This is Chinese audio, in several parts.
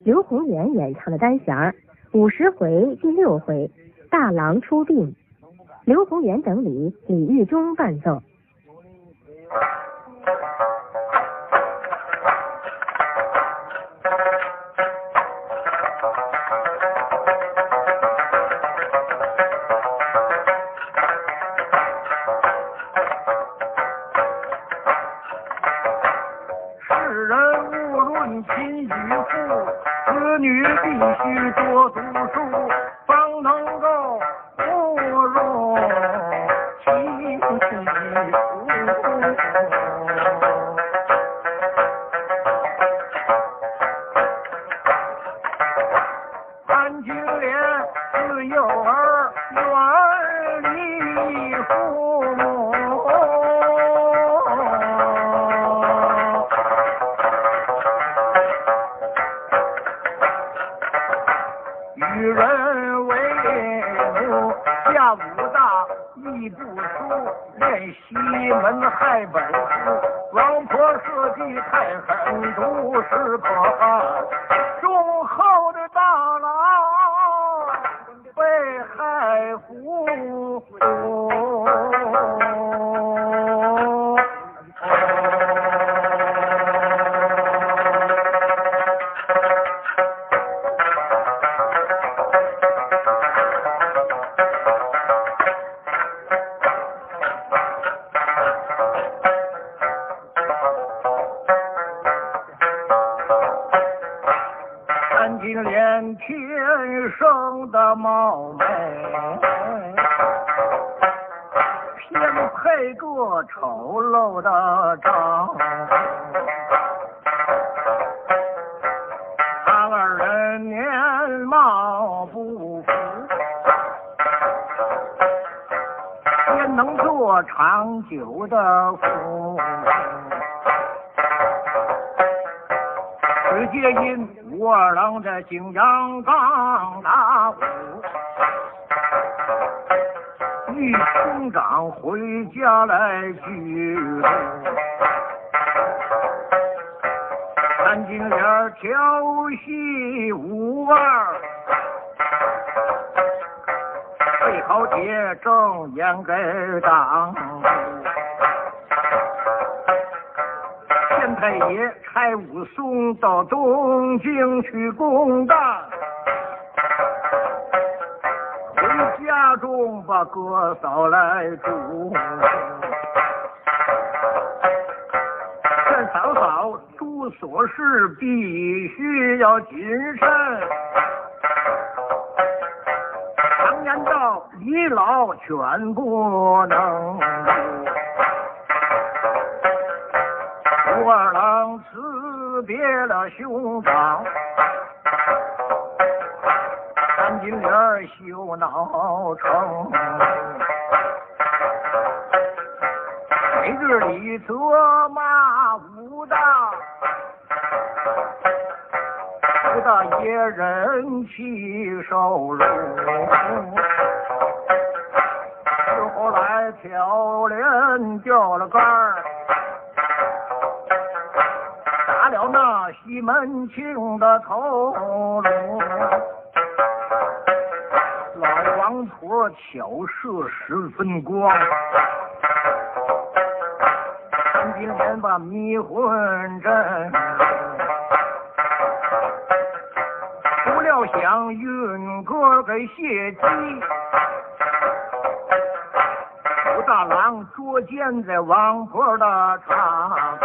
刘宏元演唱的单弦50回第6回，大郎出殡，刘宏元等礼，李玉忠伴奏。 世人无论贫与富，子女必须多读书，方能够不入其福。安金莲自幼儿远离父母，与人为奴，下武大亦不输，练西门害本书，王婆设计太狠毒，是可汗忠厚的大郎被害俘。安金莲天生的貌美，偏配个丑陋的丈夫。他二人面貌不符，焉能做长久的夫？只皆因武二郎在景阳冈打虎，遇兄长回家来聚众，安金莲调戏武二，被豪杰正眼给挡。县太爷差武松到东京去公干，回家中把哥嫂来住。劝嫂嫂诸琐事必须要谨慎，常言道倚老全不能。武二郎辞别了兄长，安金莲羞恼成，每日里责骂武大，武大爷忍气受辱。后来挑帘掉了杆儿，打了那西门庆的头颅，老王婆巧射10分光，安金莲把迷魂阵，不料想运哥给泄气，武大郎捉奸在王婆的场，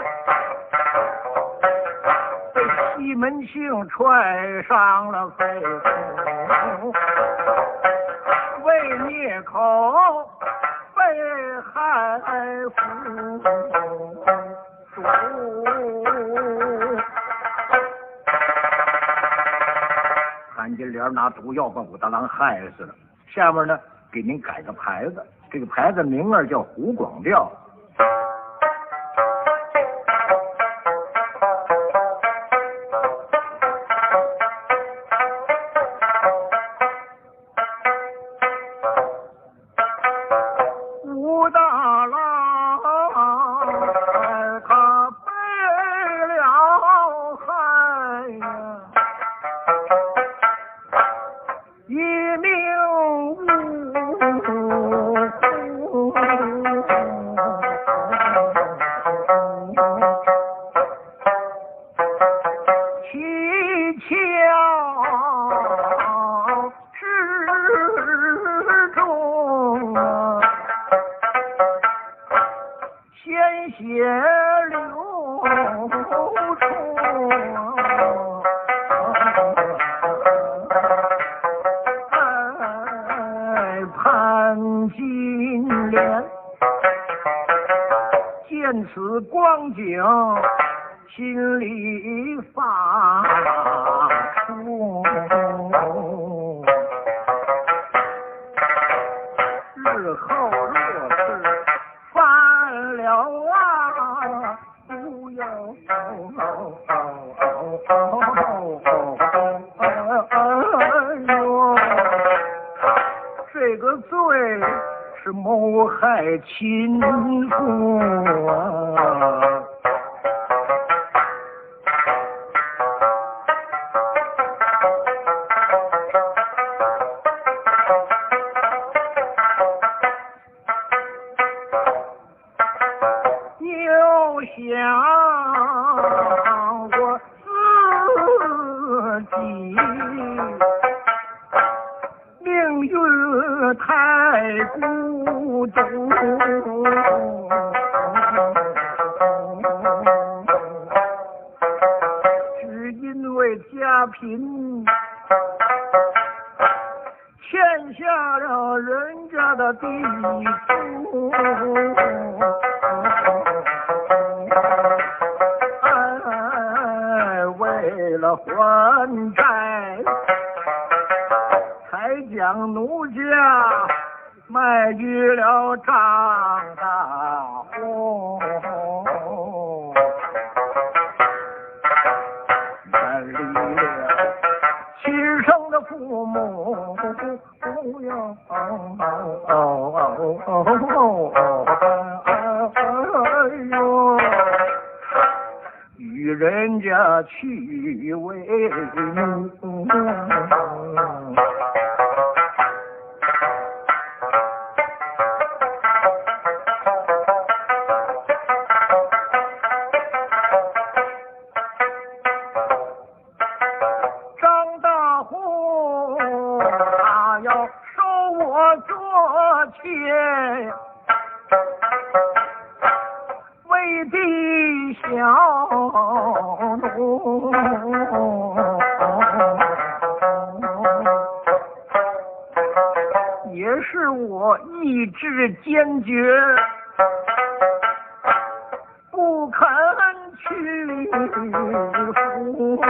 被西门庆踹伤了肺腑，为灭口被害俘。安金莲拿毒药把武大郎害死了。下面呢，给您改个牌子，这个牌子名儿叫湖广调。武大郎他背了害呀， 情景心里发怵，日后若是犯了啊，不要这个罪是谋害亲父啊！你有想过自己命运太孤独，只因为家贫欠下了人家的地主，为了还债才将奴家卖去了张大户，远离了亲生的父母，不要与人家去为奴。张大户他要收我做妾，为地小奴，也是我意志坚决，不肯屈服。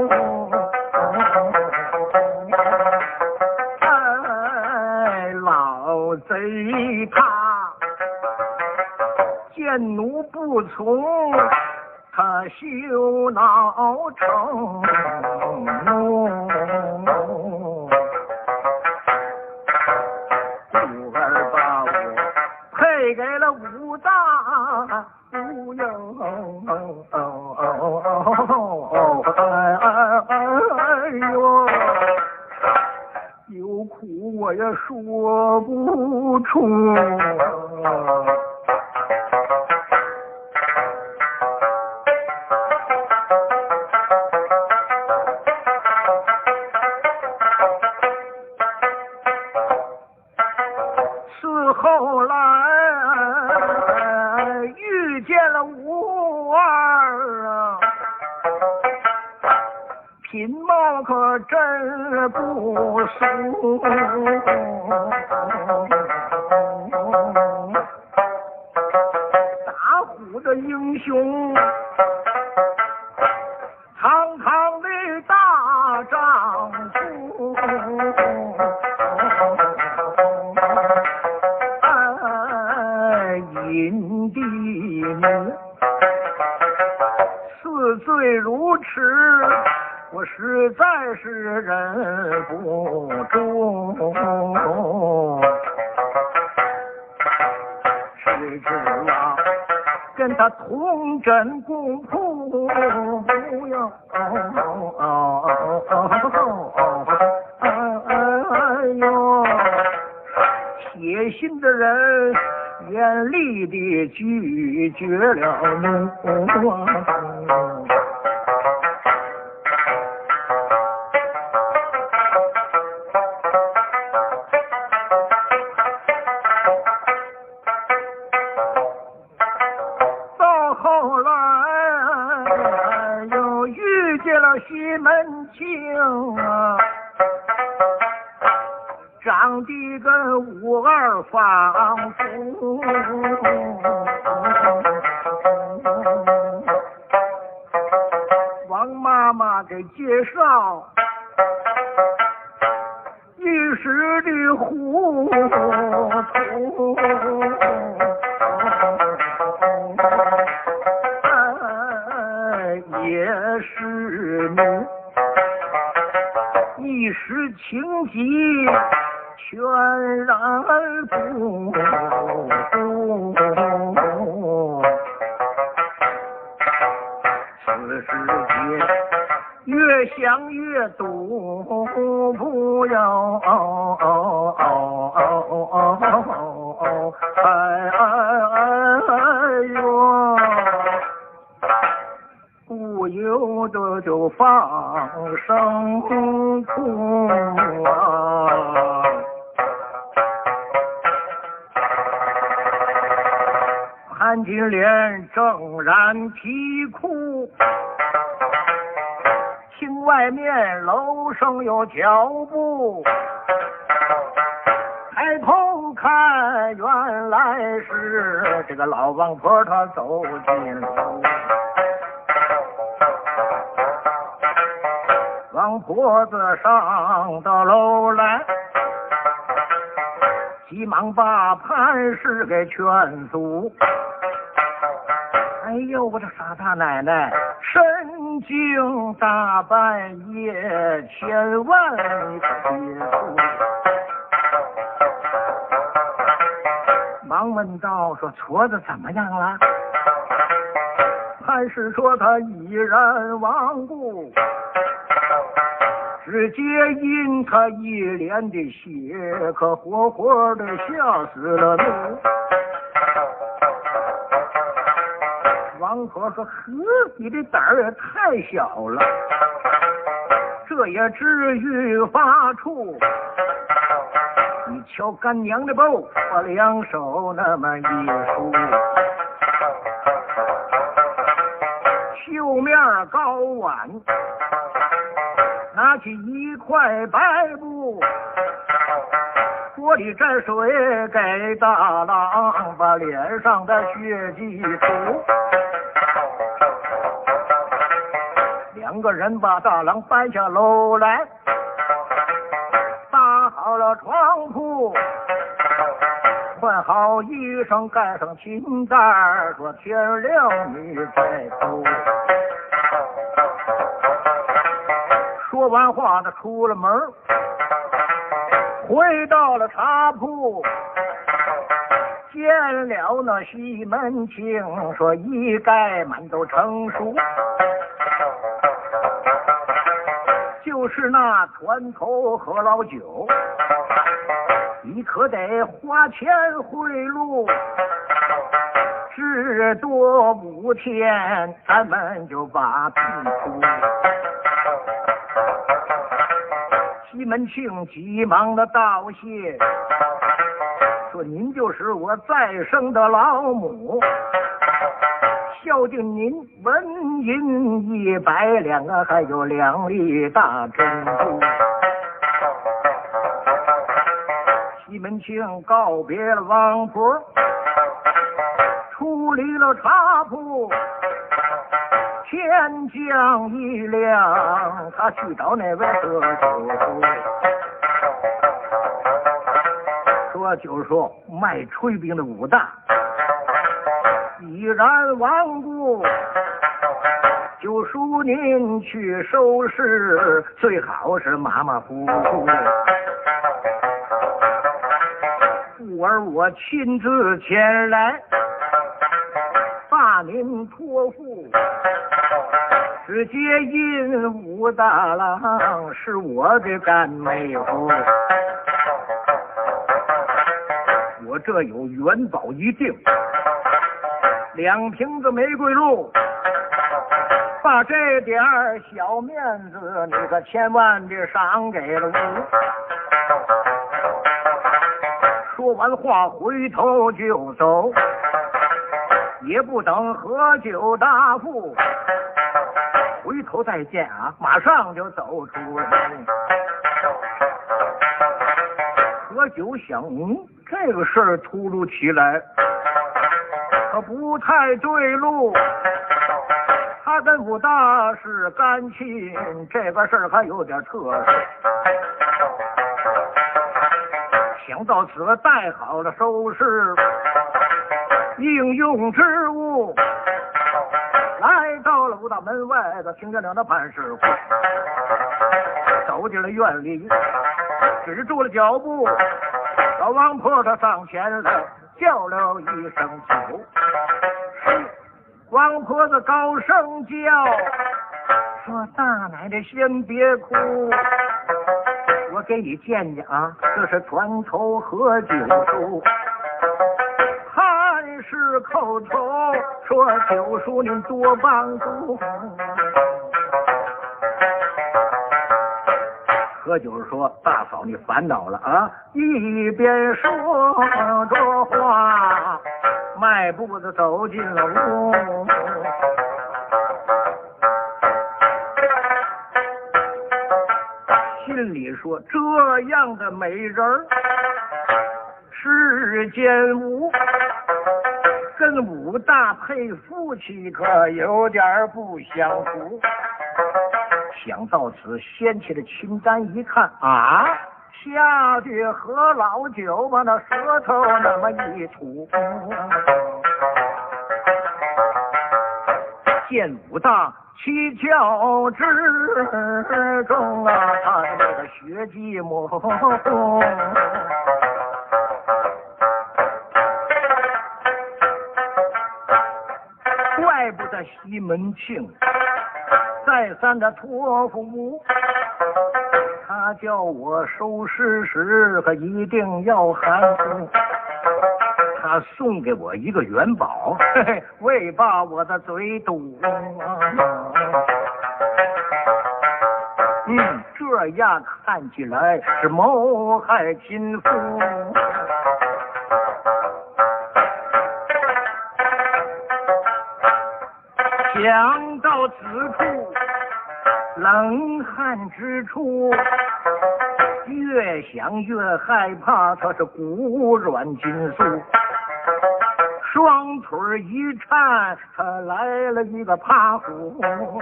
老贼他见奴不从，他羞恼成怒，故而把我配给了武大夫哟。哎呦，有苦我也说不出。是后来遇见了吴二啊，品貌可真不俗，打虎的英雄，堂堂的大丈夫，引帝女四罪如此，我实在是忍不住。谁知啊，跟他同枕共铺，不要哎呦，铁心的人严厉地拒绝了奴。到后来又遇见了西门庆啊，长得跟武二仿佛， 王妈妈给介绍一时的糊涂，也是你一时情急全然不顾，此世间越想越堵，不要呦，不由得就放声哭啊！潘金莲正然啼哭，听外面楼上有脚步，抬头看，原来是这个老王婆她走进楼。王婆子上到楼来，急忙把潘氏给劝阻。哎呦，我这傻大奶奶，神经大半夜，千万你可别哭。忙问道：“说矬子怎么样了？”潘氏说：“他已然亡故，直接因他一脸的血，可活活的吓死了奴。”王婆说：“呵，你这胆儿也太小了，这也至于发怵？你瞧干娘的包，我两手那么一梳，绣面高碗，拿起一块白布，锅里蘸水给大郎把脸上的血迹涂。两个人把大郎搬下楼来，搭好了床铺，换好衣裳，盖上裙带，说天亮你再走。说完话，他出了门，回到了茶铺，见了那西门庆，说一概满都成熟，就是那船头喝老酒，你可得花钱贿赂，至多5天，咱们就把屁出。西门庆急忙的道谢，说您就是我再生的老母，孝敬您纹银100两啊，还有2粒大珍珠。西门庆告别了王婆，出离了茶铺，天将一亮，他去找那位喝酒叔，说就说卖炊饼的武大已然亡故，就恕您去收拾，最好是马马虎虎，故而我亲自前来，把您托付。直接因武大郎是我的干妹夫，我这有元宝一锭，2瓶子玫瑰露，把这点小面子你可千万别赏给了我。说完话回头就走，也不等喝酒大富，回头再见啊，马上就走出了门。何九想，这个事儿突如其来，可可不太对路。他跟武大是干亲，这个事儿还有点特殊。想到此，带好了收拾应用之物，来到了武大门外的平家岭的办事会，走进了院里，止住了脚步。老王婆她上前来叫了一声酒，王婆子高声叫说：“大奶奶先别哭，我给你见见啊，这是船头喝酒书。汉是口头说酒书您多帮助。”喝酒说：“大嫂你烦恼了啊！”一边说着话，迈步子走进了屋。心里说：这样的美人儿，世间无，跟武大配夫妻可有点不相符。想到此，掀起了琴簪一看啊，下去喝老酒把那舌头那么一吐。见武大七窍之中啊，他的那个血迹模糊。怪不得西门庆再三的托付，他叫我收尸时可一定要含糊。他送给我一个元宝，嘿嘿，为把我的嘴堵。这样看起来是谋害亲夫。想到此处，冷汗之处，越想越害怕，他是骨软筋酥，双腿一颤，他来了一个趴虎。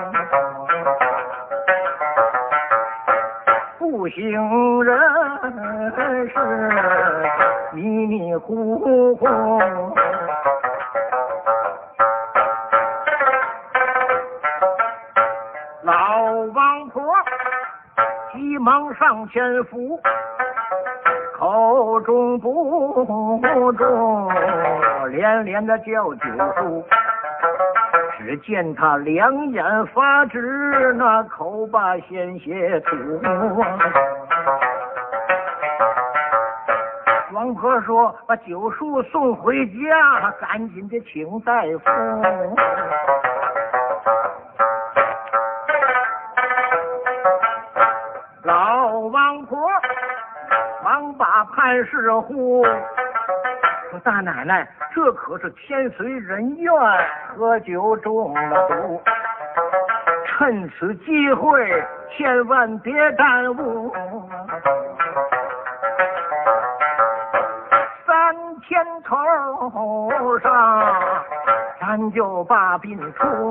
不省人事，迷迷糊糊。老王婆急忙上前扶，口中不住连连的叫酒书。只见他两眼发直，那口把鲜血吐。王婆说：“把酒书送回家，赶紧的请大夫。”老王婆忙把潘氏呼说：“大奶奶，这可是天随人愿，喝酒中了毒，趁此机会千万别耽误。3天头上咱就把病除。”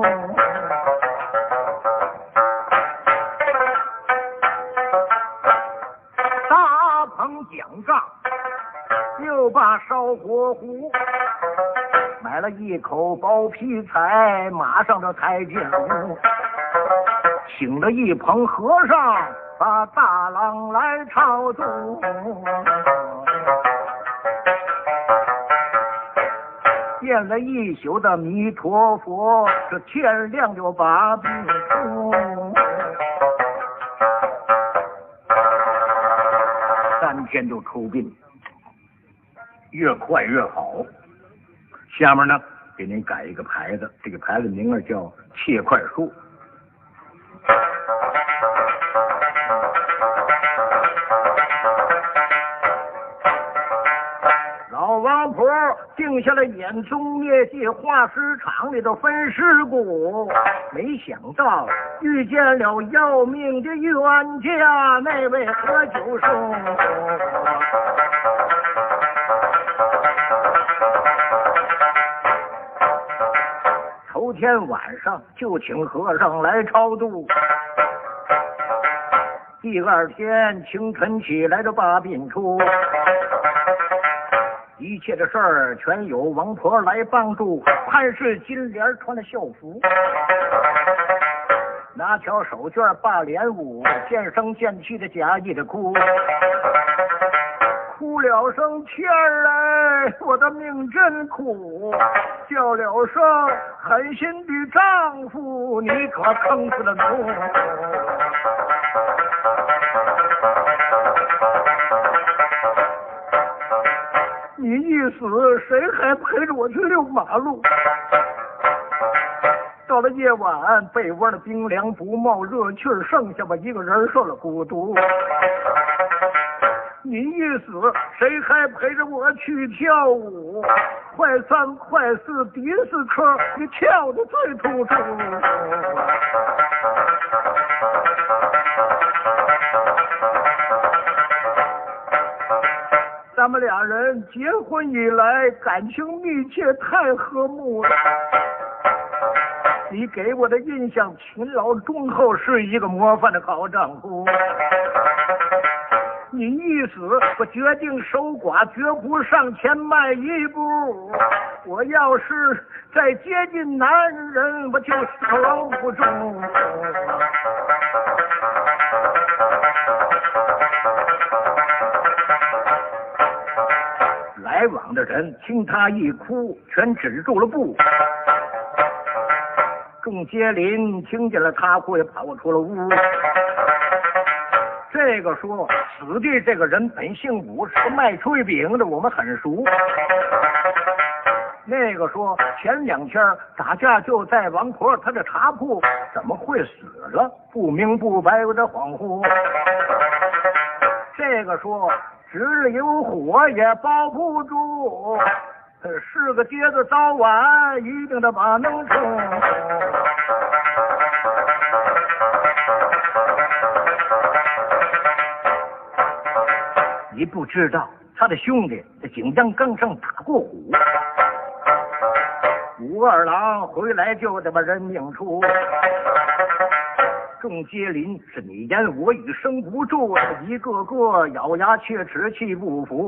大棚讲账，又把烧火壶，买了一口包皮菜，马上就抬进屋，请了一棚和尚，把大郎来超度。念了一宿的弥陀佛，这天亮就把病除。3天就出殡，越快越好。下面呢，给您改一个牌子，这个牌子名儿叫切块书。老王婆定下了眼中灭迹化尸场里的分尸骨，没想到遇见了要命的冤家，那位喝酒生。 头天晚上就请和尚来超度。第二天清晨起来的罢殡处，一切的事儿全由王婆来帮助。潘氏金莲穿的校服，拿条手绢罢脸舞，渐声渐气的假意的哭，哭了声天儿哎，我的命真苦，叫了声狠心的丈夫，你可坑死了奴。你一死，谁还陪着我去遛马路？到了夜晚，被窝的冰凉不冒热气儿，剩下我一个人受了孤独。你一死，谁还陪着我去跳舞？快三快四第四科，你跳的最突出。咱们俩人结婚以来感情密切，太和睦了。你给我的印象勤劳忠厚，是一个模范的好丈夫。你一死，我决定守寡，绝不上前迈一步。我要是再接近男人，我就死亡不中。来往的人听他一哭，全止住了步。众街邻听见了他哭，也跑出了屋。这个说死地这个人本姓武，是个卖炊饼的，我们很熟。那个说前两天打架就在王婆她的茶铺，怎么会死了？不明不白，有点恍惚。这个说只有火也包不住，是个街子早晚一定得把能冲。你不知道他的兄弟在景阳冈上打过虎，武二郎回来就得把人命出。众街邻是你言我语生不住，一个个咬牙切齿气不服。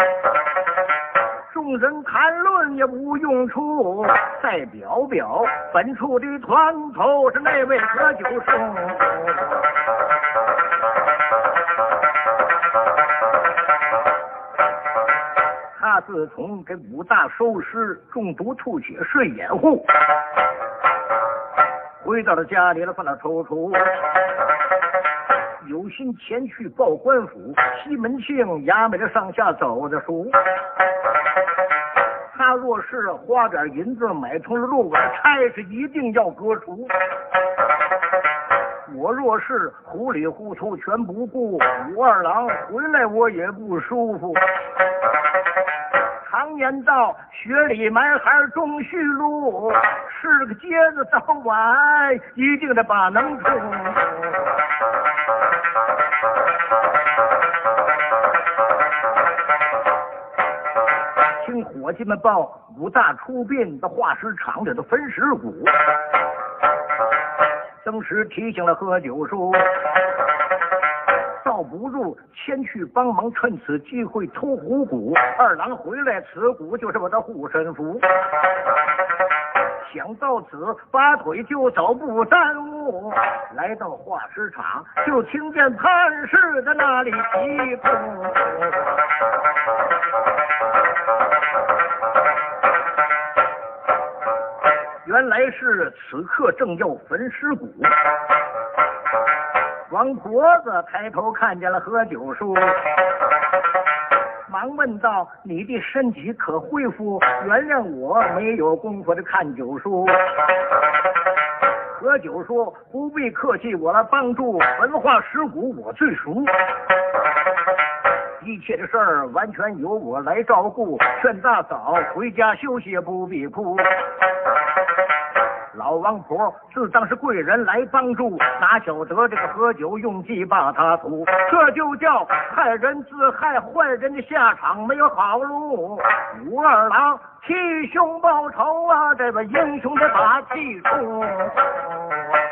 众人谈论也无用处，再表表本处的团头是那位何九生。他自从给武大收尸，中毒吐血睡掩护，回到了家里了，把他抽出，有心前去报官府。西门庆衙门的上下走着数，他若是花点银子买通了路，差是一定要割除。我若是糊里糊涂全不顾，武二郎回来我也不舒服。常言道，雪里埋孩终须路，是个疖子早晚一定得把能冲。听伙计们报，武大出殡的化石场里的焚尸骨。当时提醒了何九叔，倒不如先去帮忙，趁此机会偷虎骨。二郎回来，此骨就是我的护身符。想到此，拔腿就走，不耽误。来到化石场，就听见潘氏在那里疾哭。原来是此刻正要焚尸骨。王婆子抬头看见了何九叔，忙问道：“你的身体可恢复？原谅我没有功夫的看九叔。”何九说：“不必客气，我来帮助。焚化尸骨我最熟，一切的事儿完全由我来照顾。劝大嫂回家休息，不必哭。”老王王婆，自当是贵人来帮助，哪晓得这个喝酒用计把他屠，这就叫害人自害，坏人的下场没有好路。武二郎替兄报仇啊，这个英雄的把气出。